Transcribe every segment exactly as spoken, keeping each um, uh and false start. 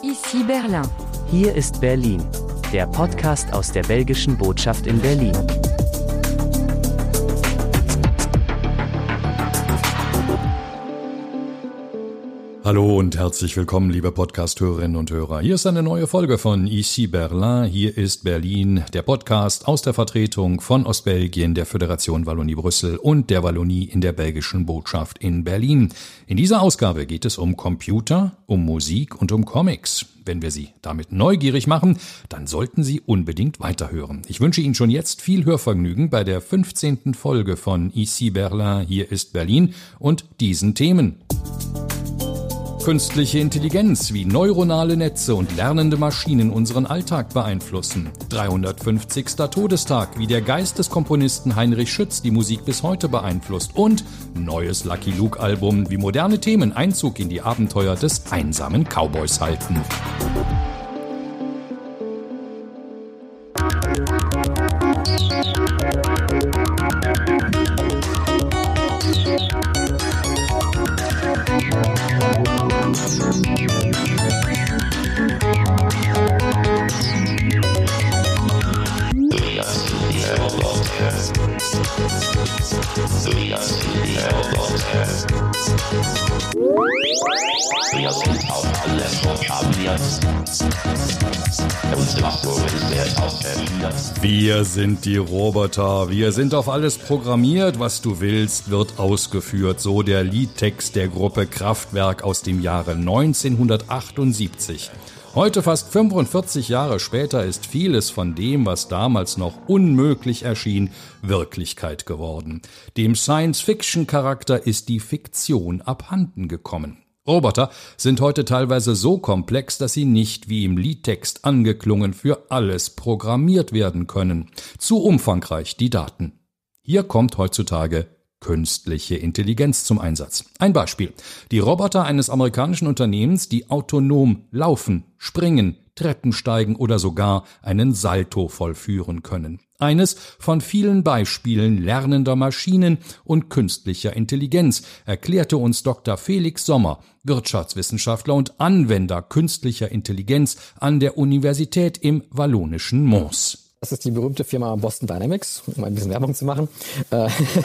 Ici Berlin. Hier ist Berlin, der Podcast aus der belgischen Botschaft in Berlin. Hallo und herzlich willkommen, liebe Podcast-Hörerinnen und Hörer. Hier ist eine neue Folge von Ici Berlin, hier ist Berlin, der Podcast aus der Vertretung von Ostbelgien, der Föderation Wallonie-Brüssel und der Wallonie in der belgischen Botschaft in Berlin. In dieser Ausgabe geht es um Computer, um Musik und um Comics. Wenn wir Sie damit neugierig machen, dann sollten Sie unbedingt weiterhören. Ich wünsche Ihnen schon jetzt viel Hörvergnügen bei der fünfzehnten Folge von Ici Berlin, hier ist Berlin und diesen Themen. Künstliche Intelligenz, wie neuronale Netze und lernende Maschinen unseren Alltag beeinflussen. dreihundertfünfzigster Todestag, wie der Geist des Komponisten Heinrich Schütz die Musik bis heute beeinflusst. Und neues Lucky Luke-Album, wie moderne Themen Einzug in die Abenteuer des einsamen Cowboys halten. Wir sind auf alles programmiert. Unsere Natur ist ausprobiert. Wir sind die Roboter, wir sind auf alles programmiert, was du willst, wird ausgeführt, so der Liedtext der Gruppe Kraftwerk aus dem Jahre neunzehnhundertachtundsiebzig. Heute, fast fünfundvierzig Jahre später, ist vieles von dem, was damals noch unmöglich erschien, Wirklichkeit geworden. Dem Science-Fiction-Charakter ist die Fiktion abhanden gekommen. Roboter sind heute teilweise so komplex, dass sie nicht, wie im Liedtext angeklungen, für alles programmiert werden können. Zu umfangreich die Daten. Hier kommt heutzutage künstliche Intelligenz zum Einsatz. Ein Beispiel. Die Roboter eines amerikanischen Unternehmens, die autonom laufen, springen, Treppen steigen oder sogar einen Salto vollführen können. Eines von vielen Beispielen lernender Maschinen und künstlicher Intelligenz, erklärte uns Doktor Felix Sommer, Wirtschaftswissenschaftler und Anwender künstlicher Intelligenz an der Universität im wallonischen Mons. Das ist die berühmte Firma Boston Dynamics, um ein bisschen Werbung zu machen. Äh,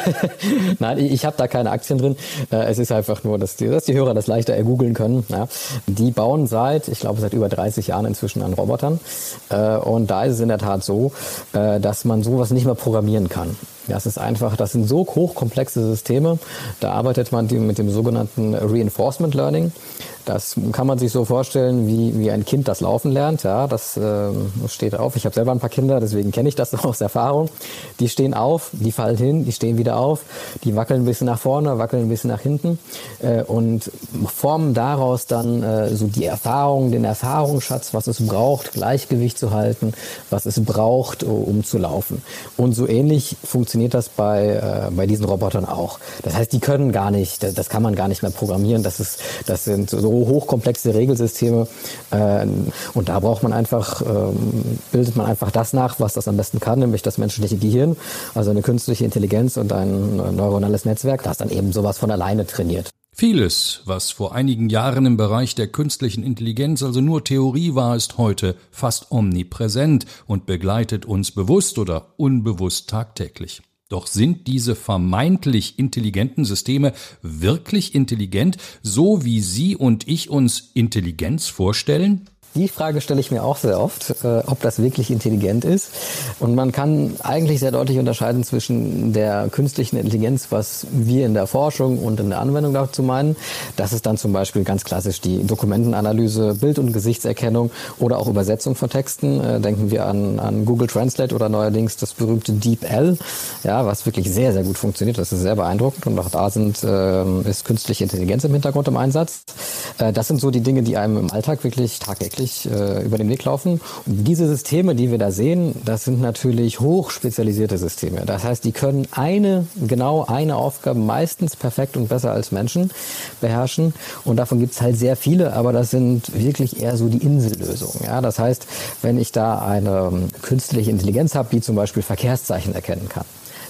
Nein, ich, ich habe da keine Aktien drin. Äh, es ist einfach nur, dass die, dass die Hörer das leichter ergoogeln können. Ja. Die bauen seit, ich glaube, seit über dreißig Jahren inzwischen an Robotern. Äh, und da ist es in der Tat so, äh, dass man sowas nicht mehr programmieren kann. Das ist einfach, das sind so hochkomplexe Systeme. Da arbeitet man mit dem sogenannten Reinforcement Learning. Das kann man sich so vorstellen, wie wie ein Kind das Laufen lernt. Ja, das äh, steht auf. Ich habe selber ein paar Kinder, deswegen kenne ich das aus Erfahrung. Die stehen auf, die fallen hin, die stehen wieder auf, die wackeln ein bisschen nach vorne, wackeln ein bisschen nach hinten äh, und formen daraus dann äh, so die Erfahrung, den Erfahrungsschatz, was es braucht, Gleichgewicht zu halten, was es braucht, um zu laufen. Und so ähnlich funktioniert das bei äh, bei diesen Robotern auch. Das heißt, die können gar nicht, das kann man gar nicht mehr programmieren. Das ist, das sind so hochkomplexe Regelsysteme äh, und da braucht man einfach, ähm, bildet man einfach das nach, was das am besten kann, nämlich das menschliche Gehirn, also eine künstliche Intelligenz und ein neuronales Netzwerk, das dann eben sowas von alleine trainiert. Vieles, was vor einigen Jahren im Bereich der künstlichen Intelligenz also nur Theorie war, ist heute fast omnipräsent und begleitet uns bewusst oder unbewusst tagtäglich. Doch sind diese vermeintlich intelligenten Systeme wirklich intelligent, so wie Sie und ich uns Intelligenz vorstellen? Die Frage stelle ich mir auch sehr oft, äh, ob das wirklich intelligent ist. Und man kann eigentlich sehr deutlich unterscheiden zwischen der künstlichen Intelligenz, was wir in der Forschung und in der Anwendung dazu meinen. Das ist dann zum Beispiel ganz klassisch die Dokumentenanalyse, Bild- und Gesichtserkennung oder auch Übersetzung von Texten. Äh, denken wir an, an Google Translate oder neuerdings das berühmte DeepL, ja, was wirklich sehr, sehr gut funktioniert. Das ist sehr beeindruckend und auch da sind, äh, ist künstliche Intelligenz im Hintergrund im Einsatz. Äh, das sind so die Dinge, die einem im Alltag wirklich tagtäglich äh, über den Weg laufen. Und diese Systeme, die wir da sehen, das sind natürlich hochspezialisierte Systeme. Das heißt, die können eine, genau eine Aufgabe meistens perfekt und besser als Menschen beherrschen. Und davon gibt es halt sehr viele, aber das sind wirklich eher so die Insellösungen. Ja, das heißt, wenn ich da eine künstliche Intelligenz habe, die zum Beispiel Verkehrszeichen erkennen kann,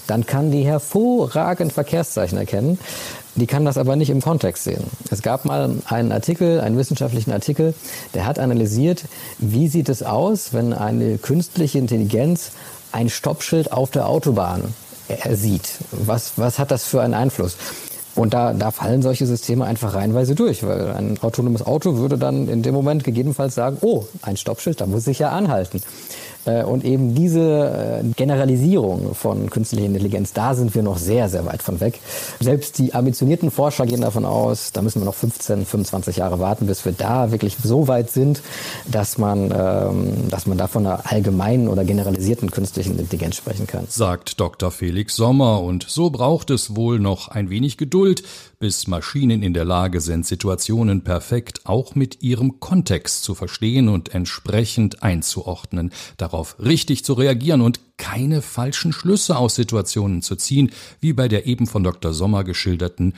dann kann die hervorragend Verkehrszeichen erkennen. Die kann das aber nicht im Kontext sehen. Es gab mal einen Artikel, einen wissenschaftlichen Artikel, der hat analysiert, wie sieht es aus, wenn eine künstliche Intelligenz ein Stoppschild auf der Autobahn sieht. Was, was hat das für einen Einfluss? Und da, da fallen solche Systeme einfach reihenweise durch, weil ein autonomes Auto würde dann in dem Moment gegebenenfalls sagen, oh, ein Stoppschild, da muss ich ja anhalten. Und eben diese Generalisierung von künstlicher Intelligenz, da sind wir noch sehr, sehr weit von weg. Selbst die ambitionierten Forscher gehen davon aus, da müssen wir noch fünfzehn, fünfundzwanzig Jahre warten, bis wir da wirklich so weit sind, dass man, ähm, dass man da von einer allgemeinen oder generalisierten künstlichen Intelligenz sprechen kann. Sagt Doktor Felix Sommer. Und so braucht es wohl noch ein wenig Geduld, bis Maschinen in der Lage sind, Situationen perfekt auch mit ihrem Kontext zu verstehen und entsprechend einzuordnen, darauf richtig zu reagieren und keine falschen Schlüsse aus Situationen zu ziehen, wie bei der eben von Doktor Sommer geschilderten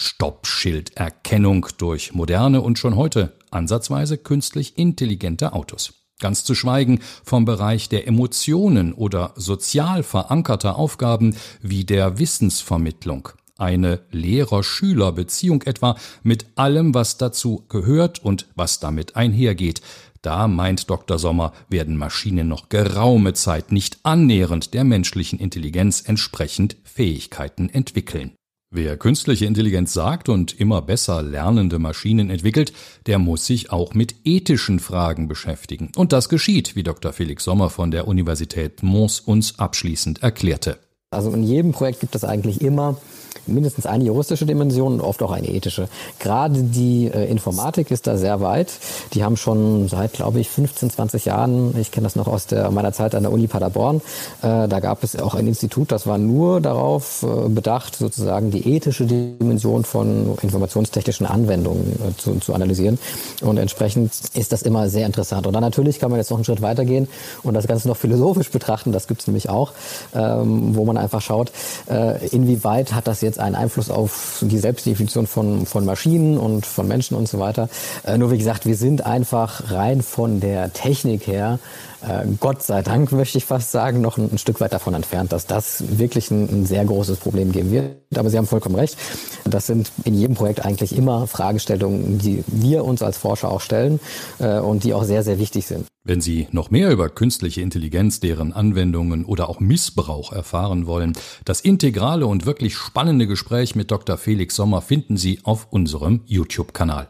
Stoppschilderkennung durch moderne und schon heute ansatzweise künstlich intelligente Autos. Ganz zu schweigen vom Bereich der Emotionen oder sozial verankerter Aufgaben wie der Wissensvermittlung. Eine Lehrer-Schüler-Beziehung etwa mit allem, was dazu gehört und was damit einhergeht. Da, meint Doktor Sommer, werden Maschinen noch geraume Zeit nicht annähernd der menschlichen Intelligenz entsprechend Fähigkeiten entwickeln. Wer künstliche Intelligenz sagt und immer besser lernende Maschinen entwickelt, der muss sich auch mit ethischen Fragen beschäftigen. Und das geschieht, wie Doktor Felix Sommer von der Universität Mons uns abschließend erklärte. Also in jedem Projekt gibt es eigentlich immer mindestens eine juristische Dimension und oft auch eine ethische. Gerade die äh, Informatik ist da sehr weit. Die haben schon seit, glaube ich, fünfzehn, zwanzig Jahren, ich kenne das noch aus der, meiner Zeit an der Uni Paderborn, äh, da gab es auch ein Institut, das war nur darauf äh, bedacht, sozusagen die ethische Dimension von informationstechnischen Anwendungen äh, zu, zu analysieren. Und entsprechend ist das immer sehr interessant. Und dann natürlich kann man jetzt noch einen Schritt weitergehen und das Ganze noch philosophisch betrachten. Das gibt es nämlich auch, ähm, wo man einfach schaut, äh, inwieweit hat das jetzt einen Einfluss auf die Selbstdefinition von, von Maschinen und von Menschen und so weiter. Äh, nur wie gesagt, wir sind einfach rein von der Technik her, äh, Gott sei Dank möchte ich fast sagen, noch ein, ein Stück weit davon entfernt, dass das wirklich ein, ein sehr großes Problem geben wird. Aber Sie haben vollkommen recht. Das sind in jedem Projekt eigentlich immer Fragestellungen, die wir uns als Forscher auch stellen äh, und die auch sehr, sehr wichtig sind. Wenn Sie noch mehr über künstliche Intelligenz, deren Anwendungen oder auch Missbrauch erfahren wollen, das integrale und wirklich spannende Gespräch mit Doktor Felix Sommer finden Sie auf unserem YouTube-Kanal.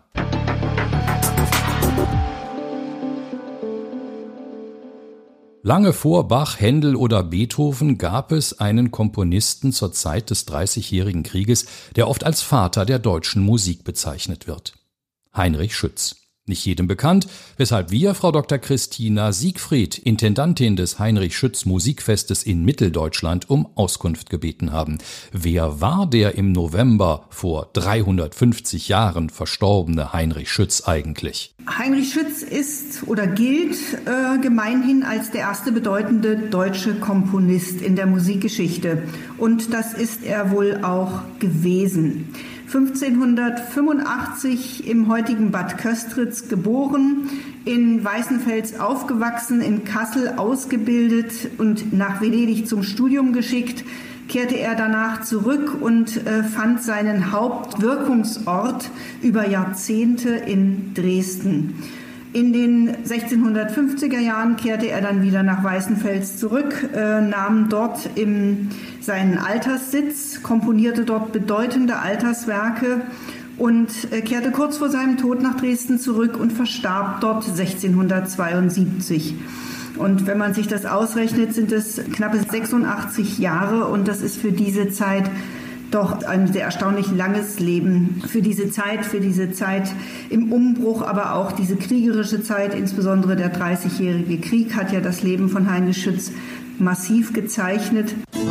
Lange vor Bach, Händel oder Beethoven gab es einen Komponisten zur Zeit des Dreißigjährigen Krieges, der oft als Vater der deutschen Musik bezeichnet wird. Heinrich Schütz. Nicht jedem bekannt, weshalb wir Frau Doktor Christina Siegfried, Intendantin des Heinrich-Schütz-Musikfestes in Mitteldeutschland, um Auskunft gebeten haben. Wer war der im November vor dreihundertfünfzig Jahren verstorbene Heinrich Schütz eigentlich? Heinrich Schütz ist oder gilt äh, gemeinhin als der erste bedeutende deutsche Komponist in der Musikgeschichte. Und das ist er wohl auch gewesen. fünfzehnhundertfünfundachtzig im heutigen Bad Köstritz geboren, in Weißenfels aufgewachsen, in Kassel ausgebildet und nach Venedig zum Studium geschickt, kehrte er danach zurück und äh, fand seinen Hauptwirkungsort über Jahrzehnte in Dresden. In den sechzehnhundertfünfziger Jahren kehrte er dann wieder nach Weißenfels zurück, äh, nahm dort im, seinen Alterssitz, komponierte dort bedeutende Alterswerke und äh, kehrte kurz vor seinem Tod nach Dresden zurück und verstarb dort sechzehnhundertzweiundsiebzig. Und wenn man sich das ausrechnet, sind es knappe sechsundachtzig Jahre und das ist für diese Zeit doch ein sehr erstaunlich langes Leben für diese Zeit, für diese Zeit im Umbruch, aber auch diese kriegerische Zeit, insbesondere der Dreißigjährige Krieg, hat ja das Leben von Heinrich Schütz massiv gezeichnet.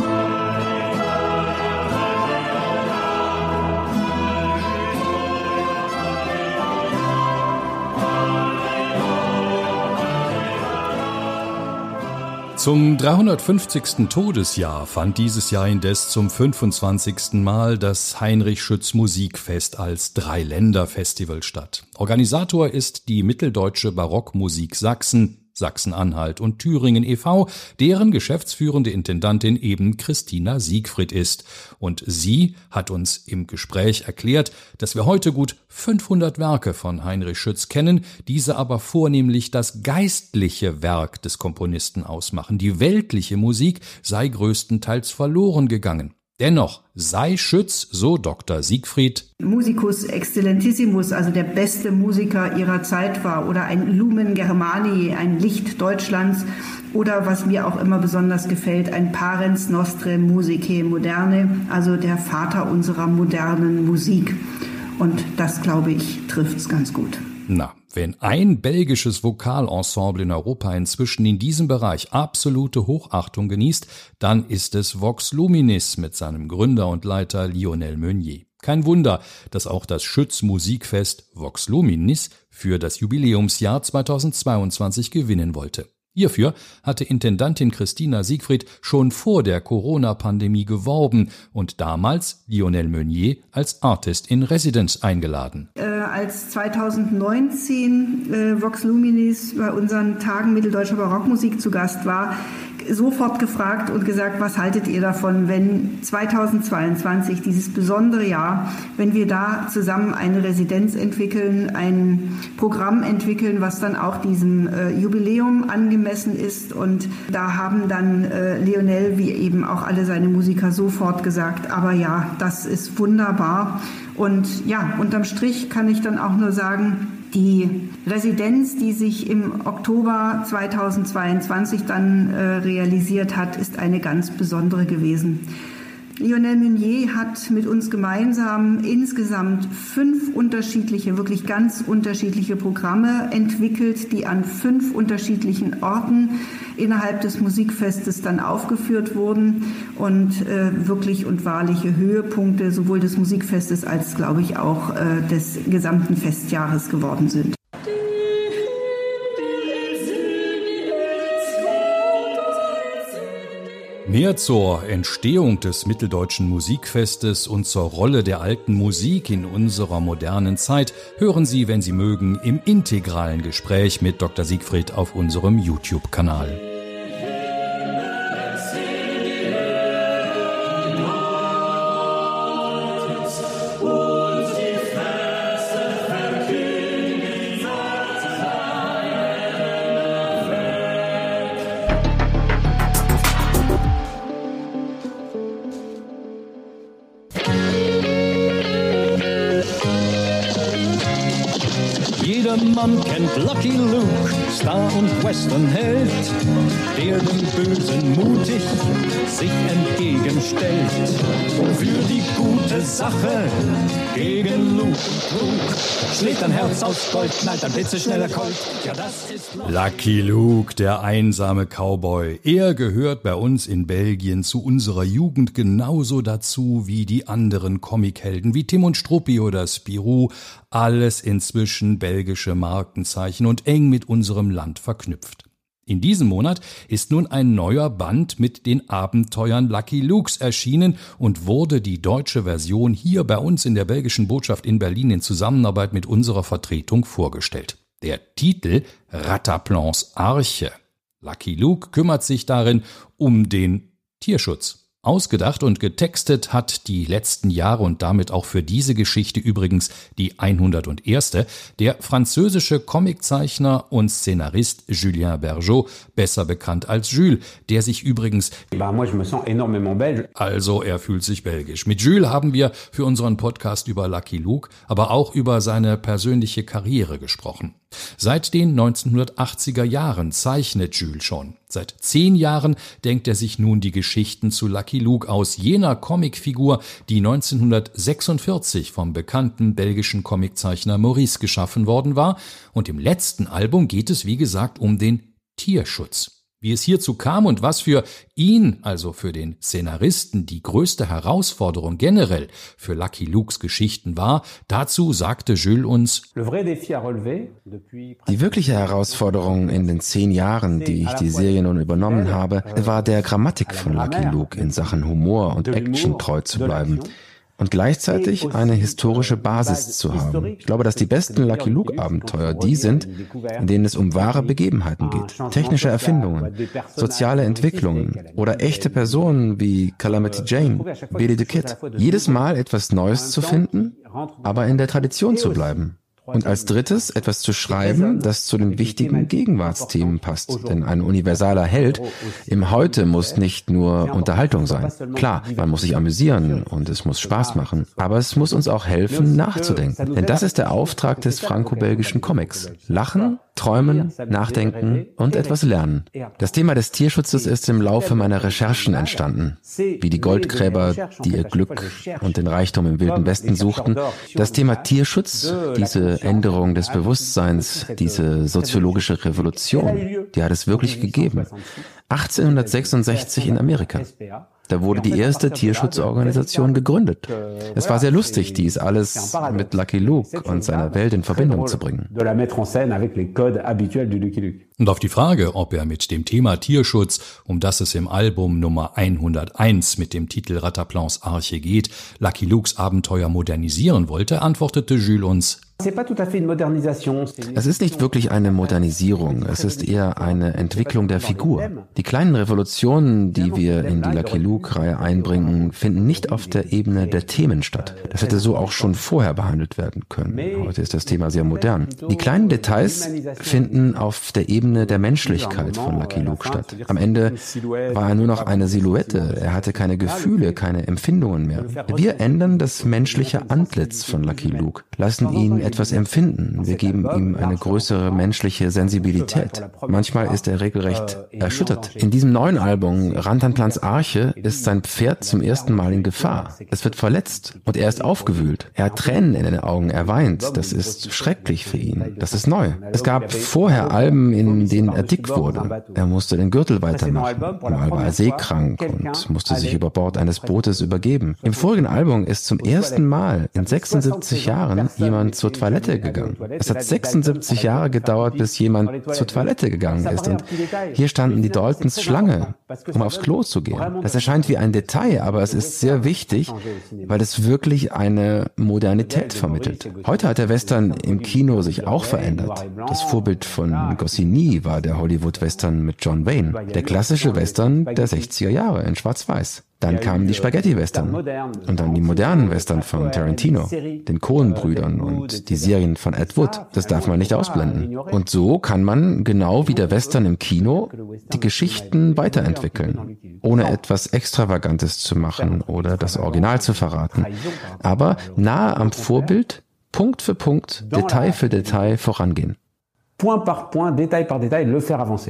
Zum dreihundertfünfzigsten Todesjahr fand dieses Jahr indes zum fünfundzwanzigsten Mal das Heinrich-Schütz-Musikfest als Dreiländer-Festival statt. Organisator ist die Mitteldeutsche Barockmusik Sachsen, Sachsen-Anhalt und Thüringen e V, deren geschäftsführende Intendantin eben Christina Siegfried ist. Und sie hat uns im Gespräch erklärt, dass wir heute gut fünfhundert Werke von Heinrich Schütz kennen, diese aber vornehmlich das geistliche Werk des Komponisten ausmachen. Die weltliche Musik sei größtenteils verloren gegangen. Dennoch sei Schütz, so Doktor Siegfried, Musicus excellentissimus, also der beste Musiker ihrer Zeit war, oder ein Lumen Germani, ein Licht Deutschlands, oder was mir auch immer besonders gefällt, ein Parens Nostre Musicae Moderne, also der Vater unserer modernen Musik. Und das, glaube ich, trifft's ganz gut. Na, wenn ein belgisches Vokalensemble in Europa inzwischen in diesem Bereich absolute Hochachtung genießt, dann ist es Vox Luminis mit seinem Gründer und Leiter Lionel Meunier. Kein Wunder, dass auch das Schütz-Musikfest Vox Luminis für das Jubiläumsjahr zweitausendzweiundzwanzig gewinnen wollte. Hierfür hatte Intendantin Christina Siegfried schon vor der Corona-Pandemie geworben und damals Lionel Meunier als Artist in Residence eingeladen. Äh, als zweitausendneunzehn äh, Vox Luminis bei unseren Tagen mitteldeutscher Barockmusik zu Gast war, sofort gefragt und gesagt, was haltet ihr davon, wenn zweitausendzweiundzwanzig, dieses besondere Jahr, wenn wir da zusammen eine Residenz entwickeln, ein Programm entwickeln, was dann auch diesem äh, Jubiläum angemessen ist. Und da haben dann äh, Lionel, wie eben auch alle seine Musiker, sofort gesagt, aber ja, das ist wunderbar. Und ja, unterm Strich kann ich dann auch nur sagen, die Residenz, die sich im Oktober zweitausendzweiundzwanzig dann äh, realisiert hat, ist eine ganz besondere gewesen. Lionel Meunier hat mit uns gemeinsam insgesamt fünf unterschiedliche, wirklich ganz unterschiedliche Programme entwickelt, die an fünf unterschiedlichen Orten innerhalb des Musikfestes dann aufgeführt wurden und äh, wirklich und wahrliche Höhepunkte sowohl des Musikfestes als, glaube ich, auch äh, des gesamten Festjahres geworden sind. Mehr zur Entstehung des Mitteldeutschen Musikfestes und zur Rolle der alten Musik in unserer modernen Zeit hören Sie, wenn Sie mögen, im integralen Gespräch mit Doktor Siegfried auf unserem YouTube-Kanal. Jedermann kennt Lucky Luke, Star und Westernheld, der dem Bösen mutig sich entgegenstellt. Für die gute Sache gegen Luke und Trug schlägt ein Herz aus Gold, knallt ein blitzeschneller Colt. Ja, das ist Lucky Luke, der einsame Cowboy. Er gehört bei uns in Belgien zu unserer Jugend genauso dazu wie die anderen Comichelden wie Tim und Struppi oder Spirou. Alles inzwischen belgische Markenzeichen und eng mit unserem Land verknüpft. In diesem Monat ist nun ein neuer Band mit den Abenteuern Lucky Lukes erschienen und wurde die deutsche Version hier bei uns in der belgischen Botschaft in Berlin in Zusammenarbeit mit unserer Vertretung vorgestellt. Der Titel Rataplans Arche. Lucky Luke kümmert sich darin um den Tierschutz. Ausgedacht und getextet hat die letzten Jahre und damit auch für diese Geschichte übrigens die hunderterste. der französische Comiczeichner und Szenarist Julien Bergeaud, besser bekannt als Jules, der sich übrigens, bah, moi, je me sens énormément belge. Also er fühlt sich belgisch. Mit Jules haben wir für unseren Podcast über Lucky Luke, aber auch über seine persönliche Karriere gesprochen. Seit den neunzehnhundertachtziger Jahren zeichnet Jules schon. Seit zehn Jahren denkt er sich nun die Geschichten zu Lucky Luke aus, jener Comicfigur, die neunzehnhundertsechsundvierzig vom bekannten belgischen Comiczeichner Maurice geschaffen worden war. Und im letzten Album geht es, wie gesagt, um den Tierschutz. Wie es hierzu kam und was für ihn, also für den Szenaristen, die größte Herausforderung generell für Lucky Lukes Geschichten war, dazu sagte Jules uns: Die wirkliche Herausforderung in den zehn Jahren, die ich die Serie nun übernommen habe, war der Grammatik von Lucky Luke in Sachen Humor und Action treu zu bleiben. und gleichzeitig eine historische Basis zu haben. Ich glaube, dass die besten Lucky Luke-Abenteuer die sind, in denen es um wahre Begebenheiten geht, technische Erfindungen, soziale Entwicklungen oder echte Personen wie Calamity Jane, Billy the Kid. Jedes Mal etwas Neues zu finden, aber in der Tradition zu bleiben. Und als drittes etwas zu schreiben, das zu den wichtigen Gegenwartsthemen passt. Denn ein universaler Held im Heute muss nicht nur Unterhaltung sein. Klar, man muss sich amüsieren und es muss Spaß machen. Aber es muss uns auch helfen, nachzudenken. Denn das ist der Auftrag des franco-belgischen Comics. Lachen, träumen, nachdenken und etwas lernen. Das Thema des Tierschutzes ist im Laufe meiner Recherchen entstanden. Wie die Goldgräber, die ihr Glück und den Reichtum im Wilden Westen suchten. Das Thema Tierschutz, diese Änderung des Bewusstseins, diese soziologische Revolution, die hat es wirklich gegeben. achtzehnhundertsechsundsechzig in Amerika. Da wurde die erste Tierschutzorganisation gegründet. Es war sehr lustig, dies alles mit Lucky Luke und seiner Welt in Verbindung zu bringen. Und auf die Frage, ob er mit dem Thema Tierschutz, um das es im Album Nummer hunderteins mit dem Titel Rataplans Arche geht, Lucky Lukes Abenteuer modernisieren wollte, antwortete Jules uns: Es ist nicht wirklich eine Modernisierung, es ist eher eine Entwicklung der Figur. Die kleinen Revolutionen, die wir in die Lucky Luke-Reihe einbringen, finden nicht auf der Ebene der Themen statt. Das hätte so auch schon vorher behandelt werden können. Heute ist das Thema sehr modern. Die kleinen Details finden auf der Ebene der Menschlichkeit von Lucky Luke statt. Am Ende war er nur noch eine Silhouette, er hatte keine Gefühle, keine Empfindungen mehr. Wir ändern das menschliche Antlitz von Lucky Luke, lassen ihn etwas empfinden. Wir geben ihm eine größere menschliche Sensibilität. Manchmal ist er regelrecht erschüttert. In diesem neuen Album, Rantanplans Arche, ist sein Pferd zum ersten Mal in Gefahr. Es wird verletzt und er ist aufgewühlt. Er hat Tränen in den Augen, er weint. Das ist schrecklich für ihn. Das ist neu. Es gab vorher Alben, in denen er dick wurde. Er musste den Gürtel weitermachen. Mal war er seekrank und musste sich über Bord eines Bootes übergeben. Im vorigen Album ist zum ersten Mal in sechsundsiebzig Jahren jemand zur Toilette gegangen. Es hat sechsundsiebzig Jahre gedauert, bis jemand zur Toilette gegangen ist. Und hier standen die Daltons Schlange, um aufs Klo zu gehen. Das erscheint wie ein Detail, aber es ist sehr wichtig, weil es wirklich eine Modernität vermittelt. Heute hat der Western im Kino sich auch verändert. Das Vorbild von Goscinny war der Hollywood-Western mit John Wayne. Der klassische Western der sechziger Jahre in Schwarz-Weiß. Dann kamen die Spaghetti-Western und dann die modernen Western von Tarantino, den Coen-Brüdern und die Serien von Ed Wood. Das darf man nicht ausblenden. Und so kann man, genau wie der Western im Kino, die Geschichten weiterentwickeln, ohne etwas Extravagantes zu machen oder das Original zu verraten. Aber nahe am Vorbild, Punkt für Punkt, Detail für Detail vorangehen. Point par point, Detail par Detail, le faire avancer.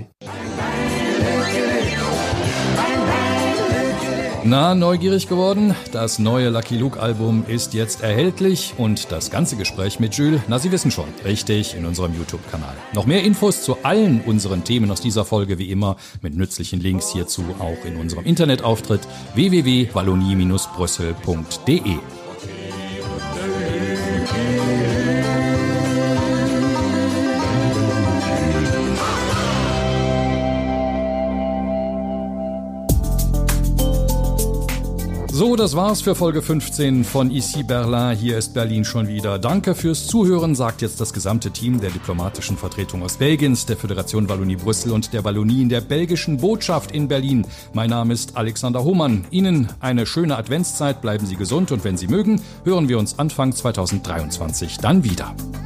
Na, neugierig geworden? Das neue Lucky Luke Album ist jetzt erhältlich und das ganze Gespräch mit Jules, na, Sie wissen schon, richtig, in unserem YouTube-Kanal. Noch mehr Infos zu allen unseren Themen aus dieser Folge wie immer mit nützlichen Links hierzu auch in unserem Internetauftritt w w w punkt wallonie Bindestrich brüssel punkt d e. So, das war's für Folge fünfzehn von Ici Berlin. Hier ist Berlin schon wieder. Danke fürs Zuhören, sagt jetzt das gesamte Team der diplomatischen Vertretung aus Belgiens, der Föderation Wallonie-Brüssel und der Wallonie in der belgischen Botschaft in Berlin. Mein Name ist Alexander Hohmann. Ihnen eine schöne Adventszeit, bleiben Sie gesund und wenn Sie mögen, hören wir uns Anfang zweitausenddreiundzwanzig dann wieder.